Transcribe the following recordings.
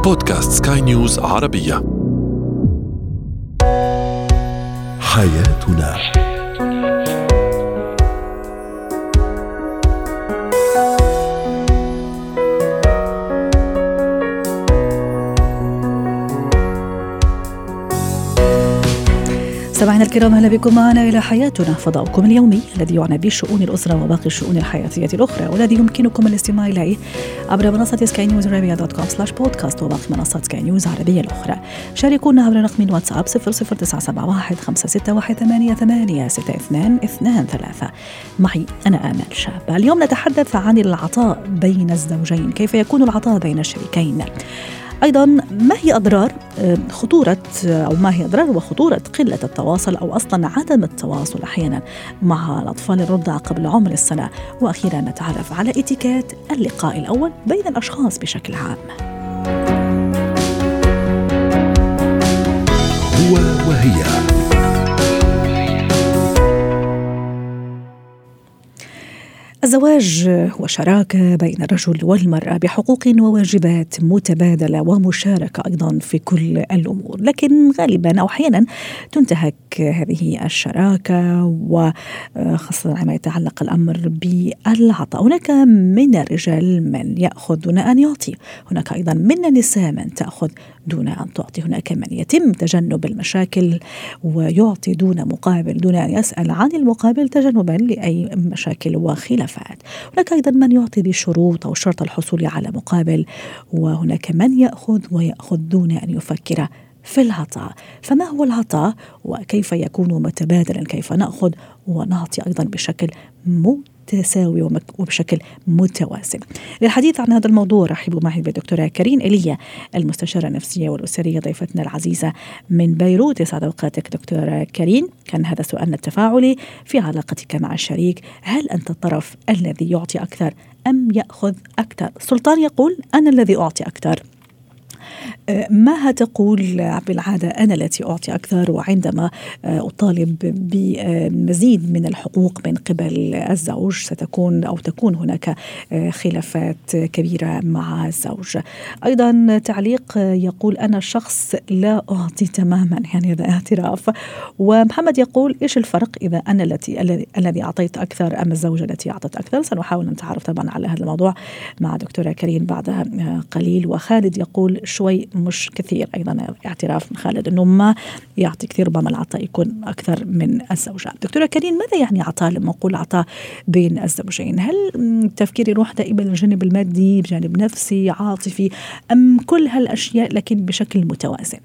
بودكاست سكاي نيوز عربية. حياتنا. سمعنا الكرام، أهلا بكم معنا إلى حياتنا، فضاؤكم اليومي الذي يعنى بشؤون الأسرة وباقي الشؤون الحياتية الأخرى، والذي يمكنكم الاستماع إليه عبر منصة skynewsarabia.com/podcast وباقي منصات سكاي نيوز عربية الأخرى. شاركونا عبر رقم الواتساب 00971 561 886 معي أنا آمال شاب. اليوم نتحدث عن العطاء بين الزوجين، كيف يكون العطاء بين الشريكين، أيضا ما هي أضرار وخطورة قلة التواصل أو أصلا عدم التواصل أحيانا مع الأطفال الرضع قبل عمر السنة، وأخيرا نتعرف على إتيكيت اللقاء الأول بين الأشخاص بشكل عام. هو وهي. الزواج هو شراكة بين الرجل والمرأة بحقوق وواجبات متبادلة ومشاركة أيضا في كل الأمور، لكن غالبا أو أحيانا تنتهك هذه الشراكة، وخاصة عندما يتعلق الأمر بالعطاء. هناك من الرجال من يأخذ دون أن يعطي، هناك أيضا من النساء من تأخذ دون أن تعطي، هناك من يتم تجنب المشاكل ويعطي دون مقابل، دون أن يسأل عن المقابل تجنبا لأي مشاكل وخلافات. هناك أيضا من يعطي بشروط أو شرط الحصول على مقابل، وهناك من يأخذ دون أن يفكر في العطاء. فما هو العطاء وكيف يكون متبادلا؟ كيف نأخذ ونعطي أيضا بشكل متساوي وبشكل متوازن؟ للحديث عن هذا الموضوع رحبوا معي بالدكتورة كريم إيليا، المستشارة النفسية والأسرية، ضيفتنا العزيزة من بيروت. يسعد أوقاتك دكتورة كريم. كان هذا سؤالنا التفاعلي في علاقتك مع الشريك: هل أنت الطرف الذي يعطي أكثر أم يأخذ أكثر؟ سلطان يقول: أنا الذي أعطي أكثر. ما تقول بالعادة: أنا التي أعطي أكثر، وعندما أطالب بمزيد من الحقوق من قبل الزوج تكون هناك خلافات كبيرة مع الزوج. أيضا تعليق يقول: أنا الشخص لا أعطي تماما، يعني هذا اعتراف. ومحمد يقول: إيش الفرق إذا أنا الذي أعطيت أكثر أم الزوجة التي أعطت أكثر؟ سنحاول أن نتعرف طبعا على هذا الموضوع مع دكتورة كريم بعد قليل. وخالد يقول: شوي مش كثير، أيضا اعتراف من خالد أنه ما يعطي كثير، ربما العطاء يكون أكثر من الزوجة. دكتورة كريم، ماذا يعني عطاء لما نقول عطاء بين الزوجين؟ هل التفكير يروح دائما للجانب المادي، بجانب نفسي، عاطفي، أم كل هالأشياء لكن بشكل متوازن؟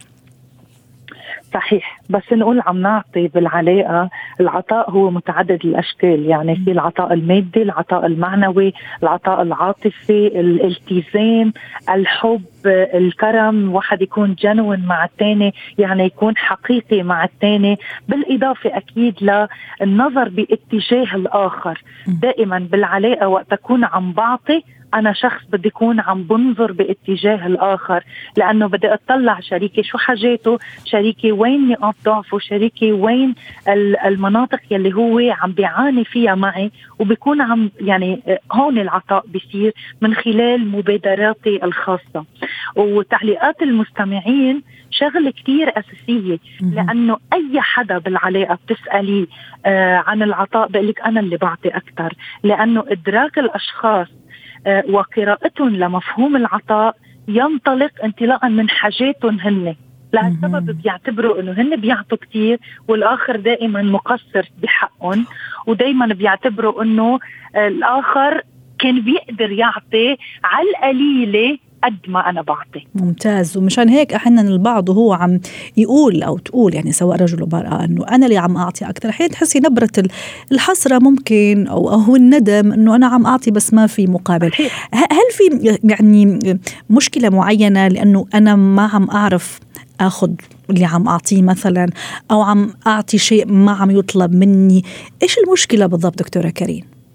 صحيح، بس نقول عم نعطي بالعلاقة، العطاء هو متعدد الأشكال، يعني في العطاء المادي، العطاء المعنوي، العطاء العاطفي، الالتزام، الحب، الكرم، واحد يكون جنون مع الثاني، يعني يكون حقيقي مع الثاني، بالإضافة أكيد للنظر باتجاه الآخر. دائما بالعلاقة وقت أكون عم بعطي، أنا شخص بدي يكون عم بنظر باتجاه الآخر، لأنه بدي أطلع شريكي شو حاجاته، شريكي وين نقاط ضعفه، شريكي وين المناطق يلي هو عم بيعاني فيها معي، وبيكون عم يعني هون العطاء بيصير من خلال مبادراتي الخاصة. وتعليقات المستمعين شغلة كتير أساسية، لأنه أي حدا بالعلاقة بتسألي عن العطاء بقولك أنا اللي بعطي أكتر، لأنه إدراك الأشخاص وقراءتهم لمفهوم العطاء ينطلق انطلاقا من حاجاتهم هن. لهالسبب بيعتبروا انه هن بيعطوا كتير والآخر دائما مقصر بحقهم، ودائما بيعتبروا انه الآخر كان بيقدر يعطي على القليلة قد ما أنا بعطي. ممتاز. ومشان هيك أحيانا البعض هو عم يقول أو تقول، يعني سواء رجل أو امرأة، أنه أنا اللي عم أعطي أكثر. أحيانا تحسي نبرة الحسرة ممكن أو الندم أنه أنا عم أعطي بس ما في مقابل. هل في يعني مشكلة معينة لأنه أنا ما عم أعرف أخذ اللي عم أعطيه مثلا، أو عم أعطي شيء ما عم يطلب مني؟ إيش المشكلة بالضبط دكتورة كريم؟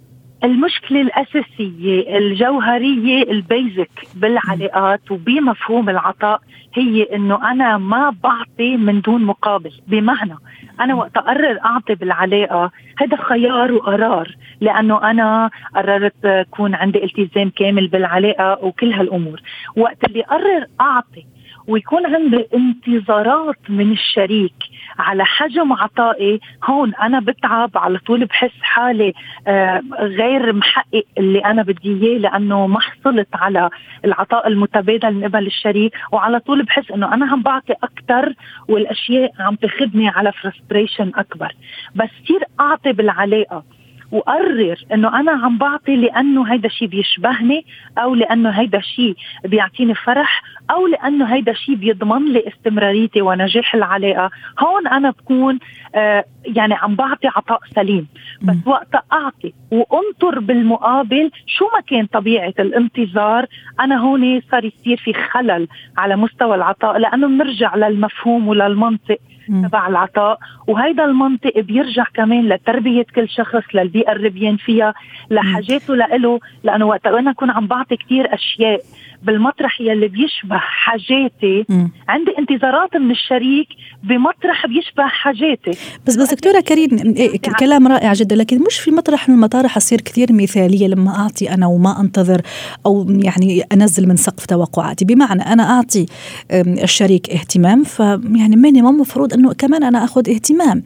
المشكلة الأساسية الجوهرية البيزك بالعلاقات وبمفهوم العطاء هي إنه أنا ما بعطي من دون مقابل. بمعنى أنا وقت أقرر أعطي بالعلاقة هذا خيار وقرار، لأنه أنا قررت أكون عندي التزام كامل بالعلاقة وكل هالأمور. وقت اللي أقرر أعطي ويكون عندي انتظارات من الشريك على حجم عطائي، هون أنا بتعب على طول، بحس حالي غير محقق اللي أنا بدي إياه، لأنه ما حصلت على العطاء المتبادل من قبل الشريك، وعلى طول بحس إنه أنا عم بعطي أكتر والأشياء عم تخدني على فرستريشن أكبر. بس كتير أعطي بالعلاقة وقرر انه انا عم بعطي لانه هيدا شيء بيشبهني، او لانه هيدا شيء بيعطيني فرح، او لانه هيدا شيء بيضمن لي استمراريتي ونجاح العلاقه، هون انا بكون يعني عم بعطي عطاء سليم. بس وقت اعطي وانطر بالمقابل شو ما كان طبيعه الانتظار، انا هون صار يصير في خلل على مستوى العطاء، لانه بنرجع للمفهوم وللمنطق تبع العطاء، وهيدا المنطق بيرجع كمان لتربية كل شخص، للبيئة اللي بين فيها، لحاجاته لإله. لأنه وقت أنا أكون عم بعطي كتير أشياء بالمطرح يلي بيشبه حاجاتي، عندي انتظارات من الشريك بمطرح بيشبه حاجاتي. بس دكتورة كريم، كلام رائع جدا، لكن مش في مطرح من المطارح أصير كثير مثالية لما أعطي أنا وما أنتظر أو يعني أنزل من سقف توقعاتي. بمعنى أنا أعطي الشريك اهتمام، فيعني مينيمم مفروض أنه كمان أنا أخذ اهتمام.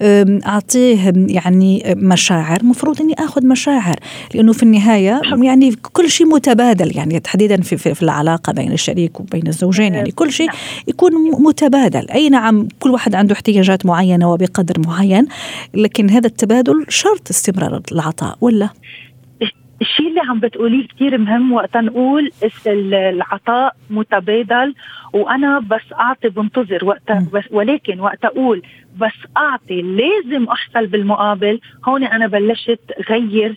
أعطيه يعني مشاعر، مفروض أني أخذ مشاعر، لأنه في النهاية يعني كل شيء متبادل، يعني تحديدا في العلاقة بين الشريك وبين الزوجين، يعني كل شيء يكون متبادل. أي نعم، كل واحد عنده احتياجات معينة وبقدر معين، لكن هذا التبادل شرط استمرار العطاء، ولا؟ الشيء اللي عم بتقوليه كتير مهم. وقت نقول العطاء متبادل وأنا بس أعطي بنتظر وقت، ولكن وقت أقول بس أعطي لازم أحصل بالمقابل، هون أنا بلشت غير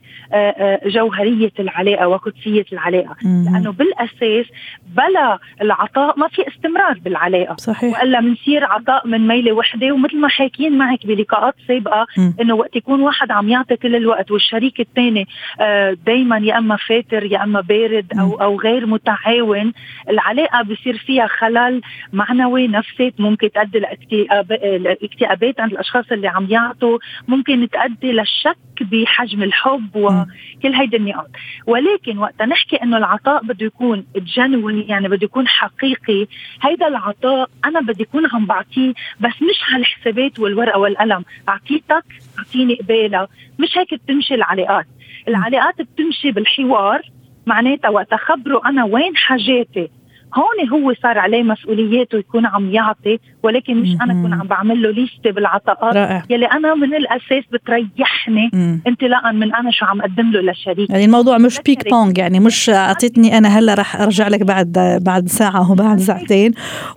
جوهرية العلاقة وقدسية العلاقة. لأنه بالأساس بلا العطاء ما في استمرار بالعلاقة. صحيح. وإلا منصير عطاء من ميلة وحدة. ومثل ما حاكين معك بلقاءات سابقة إنه وقت يكون واحد عم يعطي كل الوقت والشريك الثاني دايما يا أما فاتر يا أما بارد أو غير متعاون، العلاقة بيصير فيها خلل معنوي نفسي، ممكن تؤدي لاكتئابات عند الأشخاص اللي عم يعطوا، ممكن تؤدي للشك بحجم الحب وكل هيدا النقاط. ولكن وقت نحكي إنه العطاء بده يكون جنوني، يعني بده يكون حقيقي، هيدا العطاء أنا بدي يكون عم بعطيه بس مش على الحسابات والورقة والقلم. أعطيتك أعطيني قبالة، مش هيك بتمشي العلاقات. العلاقات بتمشي بالحوار. معناتها وقت أخبره أنا وين حاجاتي، هون هو صار عليه مسؤولياته يكون عم يعطي، ولكن مش أنا أكون عم بعمل له ليستة بالعطاءات يلي أنا من الأساس بتريحني انطلاقا من أنا شو عم أقدم له للشريك. يعني الموضوع مش بيك بونج، يعني مش أعطيتني أنا هلا رح أرجع لك بعد ساعة وبعد ساعتين.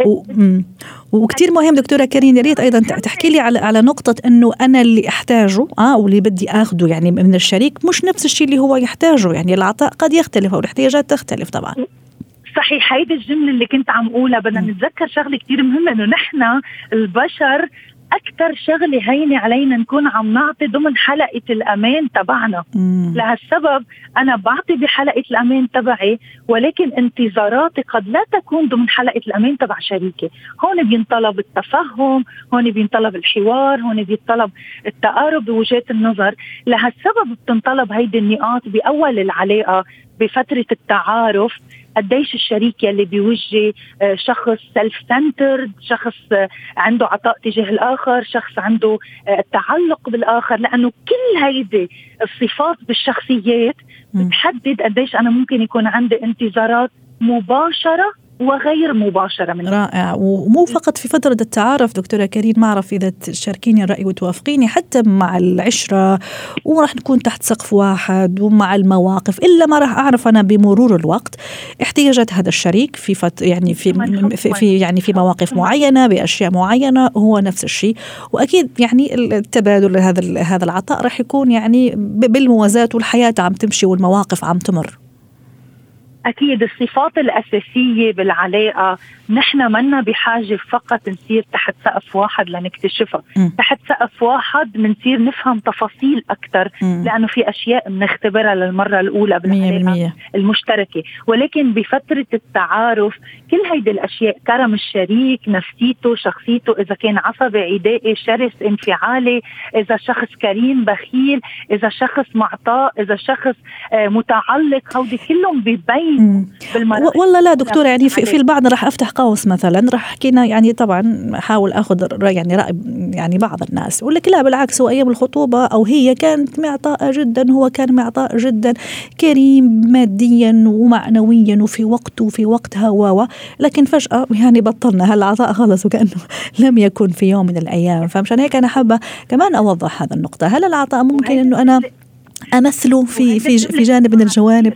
وكتير مهم دكتورة كريم، يا ريت أيضا تحكي لي على نقطة إنه أنا اللي أحتاجه واللي بدي أخده يعني من الشريك مش نفس الشيء اللي هو يحتاجه. يعني العطاء قد يختلف والاحتياجات تختلف طبعا. صحيح. هيدي الجملة اللي كنت عم قولها. بدنا نتذكر شغلة كتير مهمة، إنه نحن البشر أكتر شغلة هينة علينا نكون عم نعطي ضمن حلقة الأمان تبعنا. لهالسبب أنا بعطي بحلقة الأمان تبعي، ولكن انتظاراتي قد لا تكون ضمن حلقة الأمان تبع شريكي. هون بينطلب التفهم، هون بينطلب الحوار، هون بينطلب التقارب بوجهات النظر. لهالسبب بتنطلب هيدي النقاط بأول العلاقة بفترة التعارف. قديش الشريك يلي بيوجه شخص سيلف سنترد، شخص عنده عطاء تجاه الآخر، شخص عنده تعلق بالآخر، لأنه كل هيدي الصفات بالشخصيات بتحدد قديش أنا ممكن يكون عندي انتظارات مباشرة وغير مباشرة من رائع. ومو فقط في فترة التعارف دكتورة كريم، ما أعرف إذا تشاركيني الرأي وتوافقيني، حتى مع العشرة وراح نكون تحت سقف واحد، ومع المواقف إلا ما راح أعرف أنا بمرور الوقت احتياجات هذا الشريك في يعني في مواقف معينة بأشياء معينة هو نفس الشيء. وأكيد يعني التبادل هذا العطاء راح يكون يعني بالموازاة، والحياة عم تمشي والمواقف عم تمر. أكيد الصفات الأساسية بالعلاقة نحن منا بحاجة فقط نصير تحت سقف واحد لنكتشفها. تحت سقف واحد منصير نفهم تفاصيل أكتر، لأنه في أشياء بنختبرها للمرة الأولى بالعلاقة المشتركة. ولكن بفترة التعارف كل هيدي الأشياء، كرم الشريك، نفسيته، شخصيته، إذا كان عصبي، عدائي، شرس، انفعالي، إذا شخص كريم، بخيل، إذا شخص معطاء، إذا شخص متعلق، هودي كلهم بيبين والله لا دكتورة، يعني في البعض راح أفتح قوس مثلا، راح حكينا يعني طبعا حاول أخذ يعني رأي يعني بعض الناس يقول لك لا بالعكس، هو أيام الخطوبة أو هي كانت معطاءة جدا، هو كان معطاء جدا، كريم ماديا ومعنويا وفي وقته وفي وقتها لكن فجأة يعني بطلنا هالعطاء خلص وكأنه لم يكن في يوم من الأيام. فمشان هيك أنا حابة كمان أوضح هذا النقطة. هل العطاء ممكن أنه أنا أمثله في جانب من الجوانب؟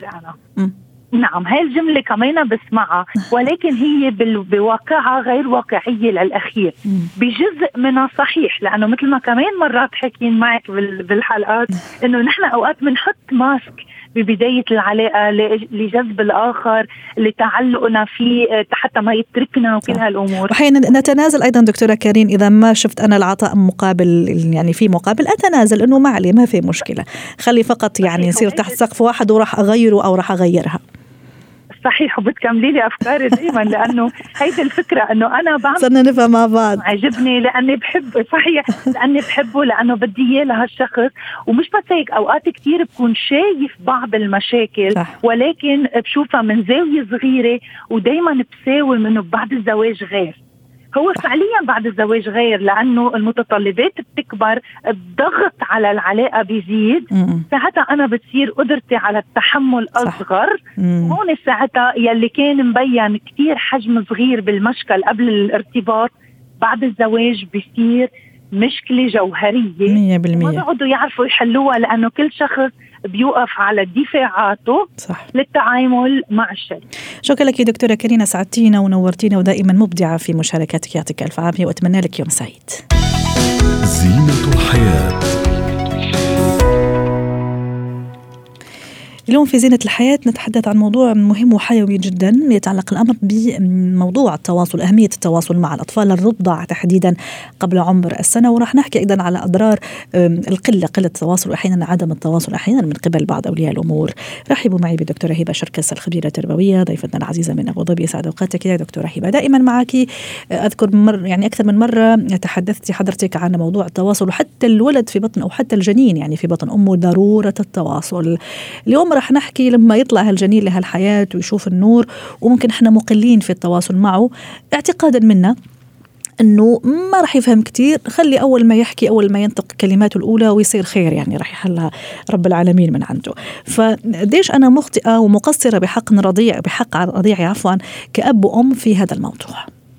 نعم، هاي الجملة كمان بسمعها، ولكن هي بواقعها غير واقعية للأخير. بجزء منها صحيح، لأنه مثل ما كمان مرات حكين معك بالحلقات إنه نحن أوقات بنحط ماسك ببداية العلاقة لجذب الآخر، لتعلقنا فيه حتى ما يتركنا وكل هالأمور. وحين نتنازل أيضا دكتورة كارين، إذا ما شفت أنا العطاء مقابل يعني في مقابل أتنازل، إنه ما عليه ما في مشكلة، خلي فقط يعني يصير تحت سقف واحد وراح أغيره أو راح أغيرها. صحيح، وبتكملي لي أفكاري دايما لأنه هيدي الفكرة أنه أنا صرنا نفهم مع بعض، عجبني لأني بحبه. صحيح، لأني بحبه، لأنه بدي إياه لهالشخص. ومش بس هيك، أوقات كتير بكون شايف بعض المشاكل ولكن بشوفها من زاوية صغيرة، ودايما بساوي منه بعد الزواج غير. هو فعليا بعد الزواج غير، لأنه المتطلبات بتكبر، الضغط على العلاقة بيزيد، ساعتها أنا بتصير قدرتي على التحمل أصغر. هون ساعتها يلي كان مبين كتير حجم صغير بالمشكل قبل الارتباط، بعد الزواج بيصير مشكلة جوهرية 100%. ما بيقعدوا يعرفوا يحلوها، لأنه كل شخص بيوقف على دفاعاته للتعامل مع الشريك. شكرا لك دكتورة كارين، سعدتينا ونورتينا ودائما مبدعة في مشاركتك، يعطيك ألف عافية وأتمنى لك يوم سعيد. زينة الحياة. اليوم في زينة الحياة نتحدث عن موضوع مهم وحيوي جدا، يتعلق الأمر بموضوع التواصل، أهمية التواصل مع الأطفال الرضع تحديدا قبل عمر السنة. وراح نحكي أيضا على أضرار قلة التواصل وأحيانا عدم التواصل أحيانا من قبل بعض أولياء الأمور. رحبوا معي بدكتورة هبة شركس، الخبيرة التربوية، ضيفتنا العزيزة من أبو ظبي. سعد أوقاتك يا دكتورة هبة، دائما معك. أذكر يعني أكثر من مرة تحدثتي حضرتك عن موضوع التواصل، وحتى الولد في بطن أو حتى الجنين يعني في بطن أمه ضرورة التواصل. اليوم رح نحكي لما يطلع هالجنين لهالحياة ويشوف النور، وممكن احنا مقلين في التواصل معه اعتقادا منا انه ما رح يفهم كتير، خلي اول ما يحكي اول ما ينطق كلماته الاولى ويصير خير، يعني رح يحلها رب العالمين من عنده. فديش انا مخطئة ومقصرة بحق رضيعي كأب وأم في هذا الموضوع؟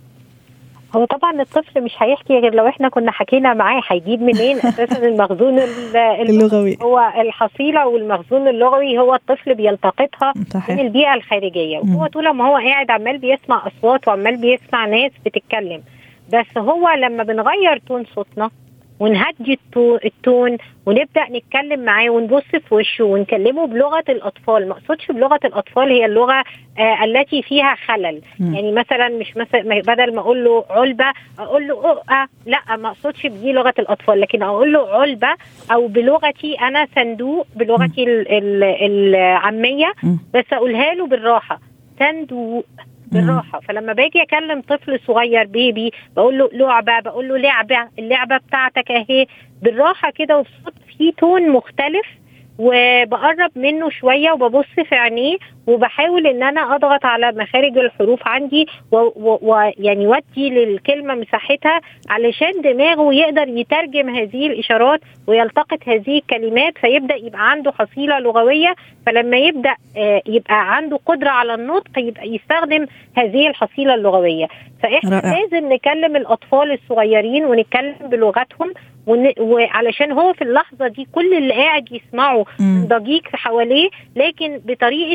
هو طبعا الطفل مش هيحكي غير لو احنا كنا حكينا معاه. هيجيب منين اساسا المخزون اللغوي؟ هو الحصيله والمخزون اللغوي هو الطفل بيلتقطها من البيئه الخارجيه، وهو طول ما هو قاعد عمال بيسمع اصوات وعمال بيسمع ناس بتتكلم. بس هو لما بنغير تون صوتنا ونهدي التون ونبدأ نتكلم معاه ونبص في وشه ونكلمه بلغة الأطفال. ما أقصدش بلغة الأطفال هي اللغة التي فيها خلل. يعني مثلا مش مثلا بدل ما أقول له علبة أقول له لا، ما أقصدش بدي لغة الأطفال، لكن أقول له علبة أو بلغتي أنا صندوق بلغتي العامية، بس أقولها له بالراحة، صندوق بالراحة. فلما باجي أكلم طفل صغير بيبي بقول له لعبة، بقول له اللعبة بتاعتك اهي، بالراحة كده وبصوت فيه تون مختلف، وبقرب منه شوية وببص في عينيه وبحاول ان انا اضغط على مخارج الحروف عندي ويعني ودي للكلمة مساحتها علشان دماغه يقدر يترجم هذه الاشارات ويلتقط هذه الكلمات، فيبدأ يبقى عنده حصيلة لغوية. فلما يبدأ يبقى عنده قدرة على النطق يبقى يستخدم هذه الحصيلة اللغوية. فاحنا لازم نكلم الاطفال الصغيرين ونتكلم بلغتهم، وعلشان هو في اللحظة دي كل اللي قاعد يسمعه ضجيج في حواليه، لكن بطريقة الكلام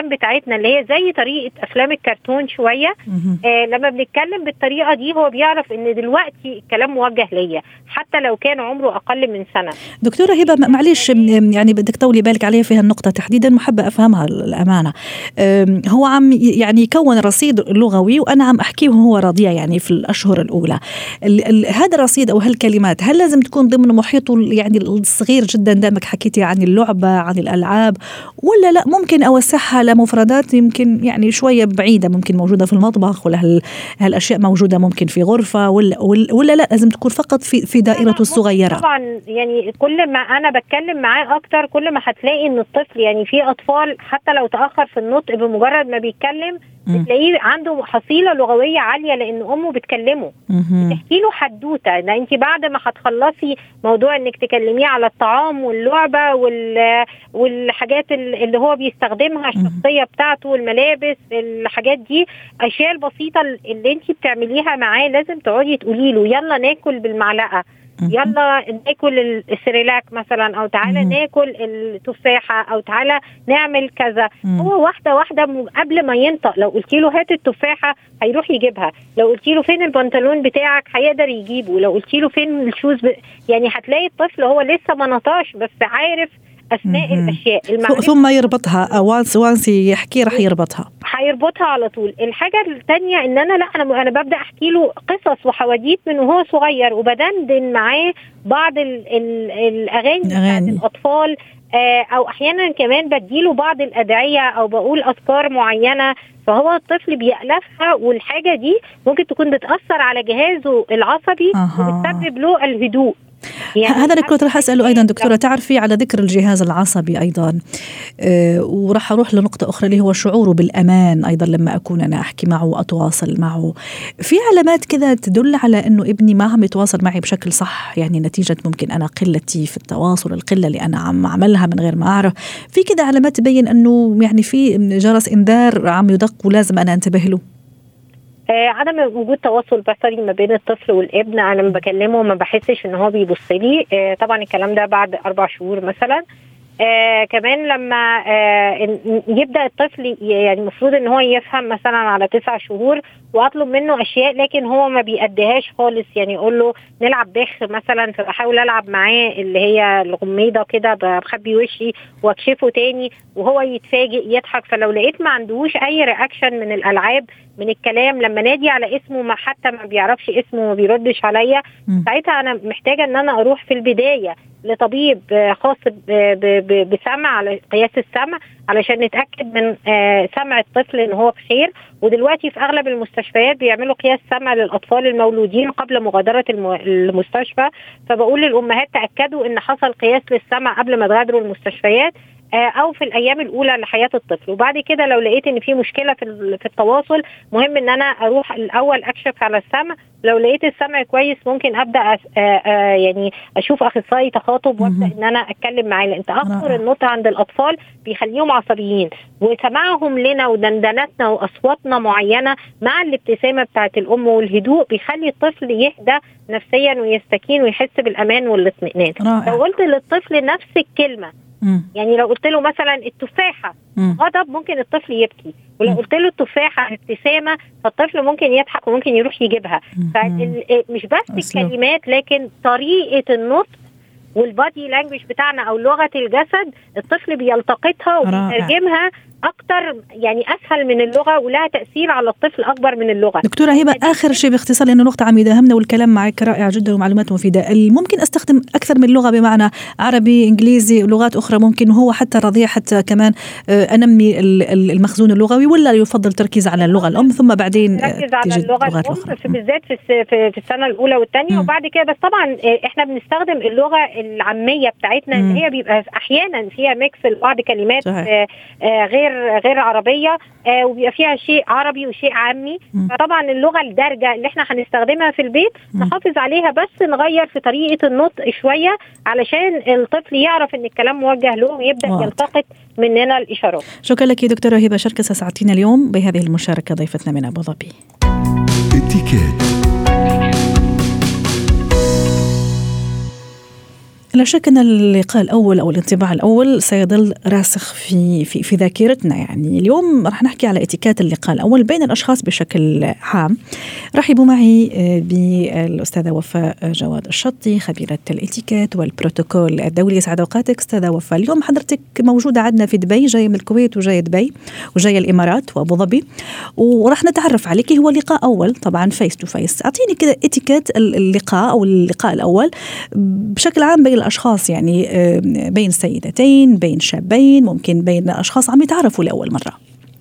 الافلام بتاعتنا اللي هي زي طريقه افلام الكرتون شويه. لما بنتكلم بالطريقه دي هو بيعرف ان دلوقتي الكلام موجه ليا حتى لو كان عمره اقل من سنه. دكتوره هبه معلش يعني بدك طولي بالك عليها في هالنقطه تحديدا، محبه افهمها الامانه. هو عم يعني يكون رصيد لغوي وانا عم احكيه وهو رضيع يعني في الاشهر الاولى. هذا الرصيد او هالكلمات هل لازم تكون ضمن محيطه يعني الصغير جدا؟ دامك حكيتي عن اللعبه عن الالعاب، ولا لا ممكن اوسعها لمفردات يمكن يعني شويه بعيده، ممكن موجوده في المطبخ، ولا هالاشياء موجوده ممكن في غرفه، ولا لا لازم تكون فقط في دائرته الصغيره؟ طبعا يعني كل ما انا بتكلم معاه اكتر كل ما هتلاقي ان الطفل يعني في اطفال حتى لو تاخر في النطق بمجرد ما بيتكلم بتلاقيه عنده حصيله لغويه عاليه لان امه بتكلمه، بتحكي له حدوته. ده انت بعد ما هتخلصي موضوع انك تكلميه على الطعام واللعبه والحاجات اللي هو بيستخدمها الشخصيه بتاعته والملابس، الحاجات دي اشياء البسيطه اللي انت بتعمليها معاه لازم تقعدي تقولي له يلا ناكل بالمعلقه، يلا ناكل السريلاك مثلا، او تعالى ناكل التفاحه، او تعالى نعمل كذا. هو واحده واحده قبل ما ينطق لو قلتي له هات التفاحه هيروح يجيبها، لو قلتي له فين البنطلون بتاعك هيقدر يجيبه، لو قلتي له فين الشوز يعني هتلاقي الطفل هو لسه ما نطقش بس عارف اسماء الاشياء ثم يربطها وانس يحكي رح يربطها على طول. الحاجه الثانيه ان انا ببدا احكي له قصص وحواديت من وهو صغير، وبدندن معاه بعض الاغاني بتاعت الاطفال، او احيانا كمان بديله بعض الادعيه او بقول اذكار معينه، فهو الطفل بيألفها، والحاجه دي ممكن تكون بتاثر على جهازه العصبي وبتسبب له الهدوء. يعني هذا اللي كنت رح أسأله أيضا دكتورة. تعرفي على ذكر الجهاز العصبي أيضا ورح أروح لنقطة أخرى اللي هو شعوره بالأمان أيضا لما أكون أنا أحكي معه وأتواصل معه. في علامات كذا تدل على أنه ابني ما عم يتواصل معي بشكل صح، يعني نتيجة ممكن أنا قلتي في التواصل، القلة اللي أنا عم أعملها من غير ما أعرف. في كذا علامات تبين أنه يعني في جرس إنذار عم يدق ولازم أنا أنتبه له. عدم وجود تواصل بصري ما بين الطفل والابن، انا لما بكلمه ما بحسش ان هو بيبص لي. طبعا الكلام ده بعد 4 شهور مثلا. كمان لما يبدأ الطفل يعني المفروض ان هو يفهم مثلا على 9 شهور واطلب منه اشياء لكن هو ما بيأديهاش خالص، يعني اقول له نلعب بخ مثلا فبحاول العب معاه اللي هي الغميضه كده، بخبي وشي واكشفه تاني وهو يتفاجئ يضحك. فلو لقيت ما عندهوش اي رياكشن من الالعاب من الكلام، لما نادي على اسمه حتى ما بيعرفش اسمه وما بيردش عليا، ساعتها انا محتاجه ان انا اروح في البدايه لطبيب خاص بسمع على قياس السمع علشان نتأكد من سمع الطفل ان هو بخير. ودلوقتي في اغلب المستشفيات بيعملوا قياس سمع للاطفال المولودين قبل مغادرة المستشفى، فبقول للامهات تأكدوا ان حصل قياس للسمع قبل ما تغادروا المستشفيات او في الايام الاولى لحياه الطفل. وبعد كده لو لقيت ان في مشكله في التواصل مهم ان انا اروح الاول اكشف على السمع. لو لقيت السمع كويس ممكن ابدا يعني اشوف اخصائي تخاطب وابدا ان انا اتكلم معاه، لان تاخر النطق عند الاطفال بيخليهم عصبيين، وسماعهم لنا ودندناتنا واصواتنا معينه مع الابتسامه بتاعت الام والهدوء بيخلي الطفل يهدى نفسيا ويستكين ويحس بالامان والاطمئنان. لو قلت للطفل نفس الكلمه، يعني لو قلت له مثلا التفاحة غضب ممكن الطفل يبكي، ولو قلت له التفاحة ابتسامة فالطفل ممكن يضحك وممكن يروح يجيبها. فمش بس الكلمات لكن طريقة النطق والبادي لانجويج بتاعنا او لغة الجسد الطفل بيلتقطها وبيترجمها اكتر، يعني اسهل من اللغه ولها تاثير على الطفل اكبر من اللغه. دكتوره هبه اخر شيء باختصار لانه نقطه عم يداهمنا والكلام معك رائع جدا ومعلومات مفيده. ممكن استخدم اكثر من لغه بمعنى عربي انجليزي ولغات اخرى، ممكن هو حتى رضيع حتى كمان انمي المخزون اللغوي، ولا يفضل تركيز على اللغه الام ثم بعدين تركيز على اللغه الام بالذات في السنه الاولى والثانيه وبعد كده. بس طبعا احنا بنستخدم اللغه العاميه بتاعتنا اللي هي بيبقى احيانا فيها ميكس لبعض كلمات غير عربية وبيبقى فيها شيء عربي وشيء عامي. فطبعا اللغة الدارجة اللي احنا هنستخدمها في البيت نحافظ عليها، بس نغير في طريقة النطق شوية علشان الطفل يعرف ان الكلام موجه له ويبدأ يلتقط مننا الإشارات. شكرا لك دكتورة هبة شركس، ساعتين اليوم بهذه المشاركة ضيفتنا من أبو ظبي. لا شك أن اللقاء الأول أو الانطباع الأول سيظل راسخ في ذاكرتنا. يعني اليوم راح نحكي على اتيكات اللقاء الأول بين الأشخاص بشكل عام. رحبوا معي بالأستاذة وفاء جواد الشطي، خبيرة الاتيكات والبروتوكول الدولي. سعد أوقاتك أستاذة وفاء. اليوم حضرتك موجودة عندنا في دبي، جاية من الكويت وجاية دبي وجاية الإمارات وأبو ظبي، وراح نتعرف عليك. هو لقاء أول طبعا فيس تو فيس. أعطيني كده اتيكات اللقاء أو اللقاء الأول بشكل عام بين الأشخاص، يعني بين سيدتين، بين شابين، ممكن بين أشخاص عم يتعرفوا لأول مرة.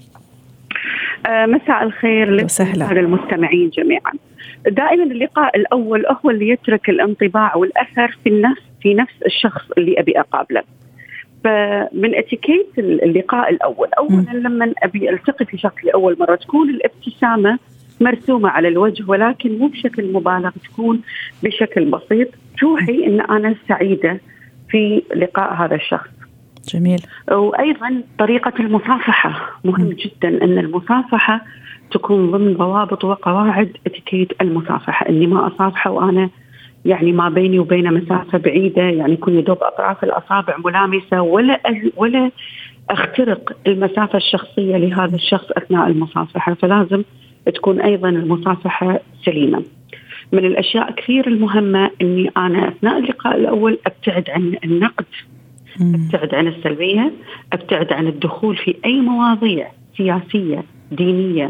مساء الخير للمستمعين جميعا. دائما اللقاء الأول هو اللي يترك الانطباع والأثر في نفس الشخص اللي أبي أقابله. فمن اتيكيت اللقاء الأول، أولا لما أبي ألتقي في شخص لأول مرة تكون الابتسامة مرسومة على الوجه، ولكن مو بشكل مبالغ، تكون بشكل بسيط توحي أن أنا سعيدة في لقاء هذا الشخص. جميل. وأيضا طريقة المصافحة مهم جدا، أن المصافحة تكون ضمن ضوابط وقواعد اتيكيت المصافحة، أني ما أصافحه وأنا يعني ما بيني وبينه مسافة بعيدة، يعني يكون يدوب أطراف الأصابع ملامسة، ولا أخترق المسافة الشخصية لهذا الشخص أثناء المصافحة. فلازم تكون أيضا المصافحة سليمة. من الأشياء كثير المهمة أني أنا أثناء اللقاء الأول أبتعد عن النقد، أبتعد عن السلبية، أبتعد عن الدخول في أي مواضيع سياسية دينية،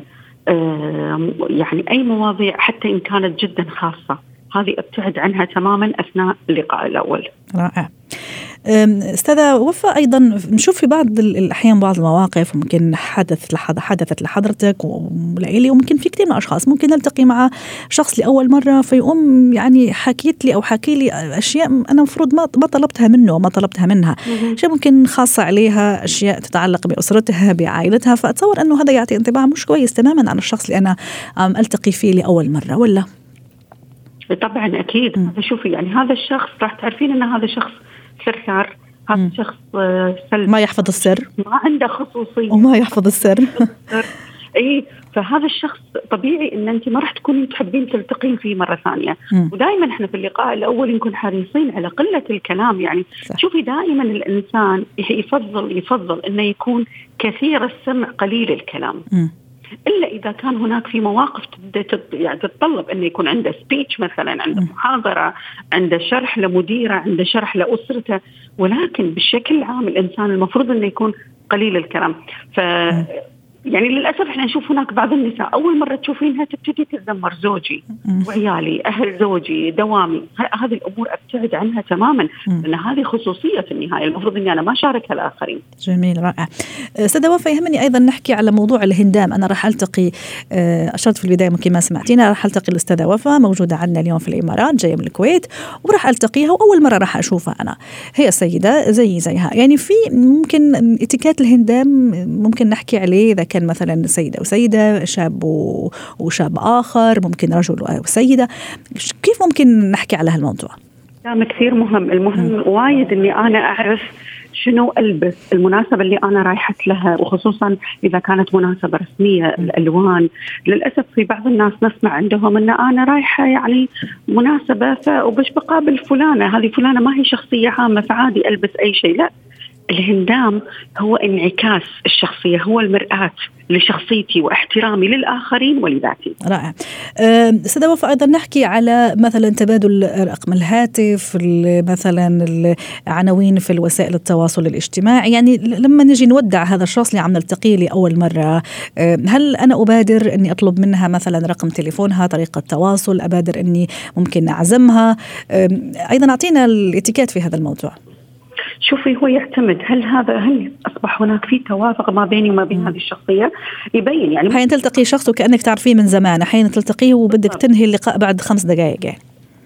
يعني أي مواضيع حتى إن كانت جدا خاصة، هذه أبتعد عنها تماما أثناء اللقاء الأول. رائع. أستاذة وفاء، أيضا نشوف في بعض الأحيان بعض المواقف ممكن حدثت لحضرتك ولإلي، وممكن في كثير من الأشخاص ممكن نلتقي مع شخص لأول مرة فيقوم يعني حكي لي أشياء أنا مفروض ما طلبتها منه وما طلبتها منها، أشياء ممكن خاصة عليها، أشياء تتعلق بأسرتها بعائلتها. فأتصور أنه هذا يعطي انطباع مش كويس تماما عن الشخص اللي أنا ألتقي فيه لأول مرة، ولا؟ طبعا أكيد. شوفي يعني هذا الشخص راح تعرفين أن هذا شخص سرسار، هذا شخص سلبي، ما يحفظ السر، ما عنده خصوصية وما يحفظ السر. اي فهذا الشخص طبيعي ان انت ما راح تكونين تحبين تلتقين فيه مره ثانيه. ودائما احنا في اللقاء الاول نكون حريصين على قله الكلام. يعني صح. شوفي دائما الانسان يفضل انه يكون كثير السمع قليل الكلام. إلا إذا كان هناك في مواقف يعني تتطلب أن يكون عنده سبيتش مثلا، عنده محاضرة، عنده شرح لمديرة، عنده شرح لأسرته. ولكن بشكل عام الإنسان المفروض أنه يكون قليل الكلام. يعني للأسف احنا نشوف هناك بعض النساء أول مرة تشوفينها تبتدي تتذمر زوجي وعيالي، أهل زوجي، دوامي. هذه الأمور أبتعد عنها تماما، لأن هذه خصوصية في النهاية، المفروض أني أنا ما شاركها الآخرين. جميل، رائع. أستاذة وفاء، يهمني أيضا نحكي على موضوع الهندام. أنا راح ألتقي، أشرت في البداية ممكن ما سمعتينا، راح ألتقي الأستاذة وفاء موجودة عندنا اليوم في الإمارات، جاية من الكويت، وراح ألتقيها وأول مرة راح أشوفها أنا. هي سيدة زيها، يعني في ممكن اتيكات الهندام ممكن نحكي عليه، إذا كان مثلا سيدة وسيدة، شاب وشاب آخر، ممكن رجل وسيدة، كيف ممكن نحكي على هالموضوع؟ كلام كثير مهم. المهم وايد إني أنا أعرف شنو ألبس، المناسبة اللي أنا رايحت لها، وخصوصا إذا كانت مناسبة رسمية. الألوان للأسف في بعض الناس نسمع عندهم أن أنا رايحة يعني مناسبة وبش بقابل فلانة، هذه فلانة ما هي شخصية عامة فعادي ألبس أي شيء. لا، الهندام هو انعكاس الشخصية، هو المرآة لشخصيتي واحترامي للآخرين ولذاتي. رائع. أستاذة وفاء، أيضا نحكي على مثلا تبادل رقم الهاتف، مثلا العناوين في الوسائل التواصل الاجتماعي. يعني لما نجي نودع هذا الشخص اللي عم نلتقيه لأول مرة، هل أنا أبادر أني أطلب منها مثلا رقم تليفونها، طريقة تواصل، أبادر أني ممكن أعزمها؟ أيضا أعطينا الاتيكيت في هذا الموضوع. شوفي، هو يعتمد هل أصبح هناك في توافق ما بيني وما بين هذه الشخصية. يبين يعني أحيانا تلتقي شخص وكأنك تعرفيه من زمان، أحيانا تلتقيه وبدك تنهي اللقاء بعد 5 دقائق يعني.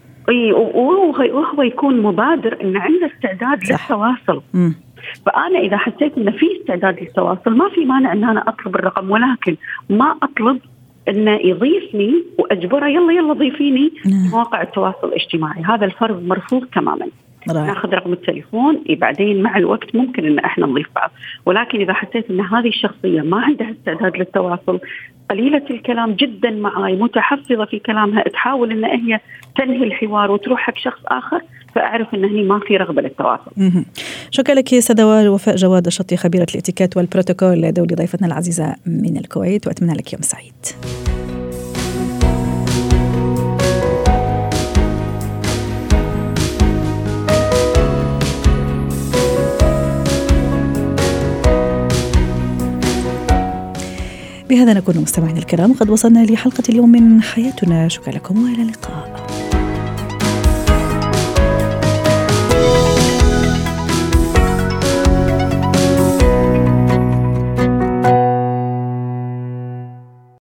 وهو يكون مبادر إن عنده استعداد للتواصل. فأنا إذا حسيت إن في استعداد للتواصل ما في مانع إن أنا أطلب الرقم، ولكن ما أطلب إنه يضيفني وأجبره يلا ضيفيني في مواقع التواصل الاجتماعي. هذا الفرض مرفوض تماما. ناخذ رقم التليفون، بعدين مع الوقت ممكن ان احنا نضيف بعض. ولكن اذا حسيت ان هذه الشخصيه ما عندها استعداد للتواصل، قليله الكلام جدا معي، متحفظه في كلامها، تحاول ان هي تنهي الحوار وتروح حق شخص اخر، فأعرف إن هني ما في رغبة للتواصل. شكرا لك سيدة وفاء جواد الشطي، خبيرة الاتيكيت والبروتوكول دولي، ضيفتنا العزيزة من الكويت، وأتمنى لك يوم سعيد. بهذا نكون مستمعين الكرام قد وصلنا لحلقة اليوم من حياتنا. شكرا لكم وإلى اللقاء.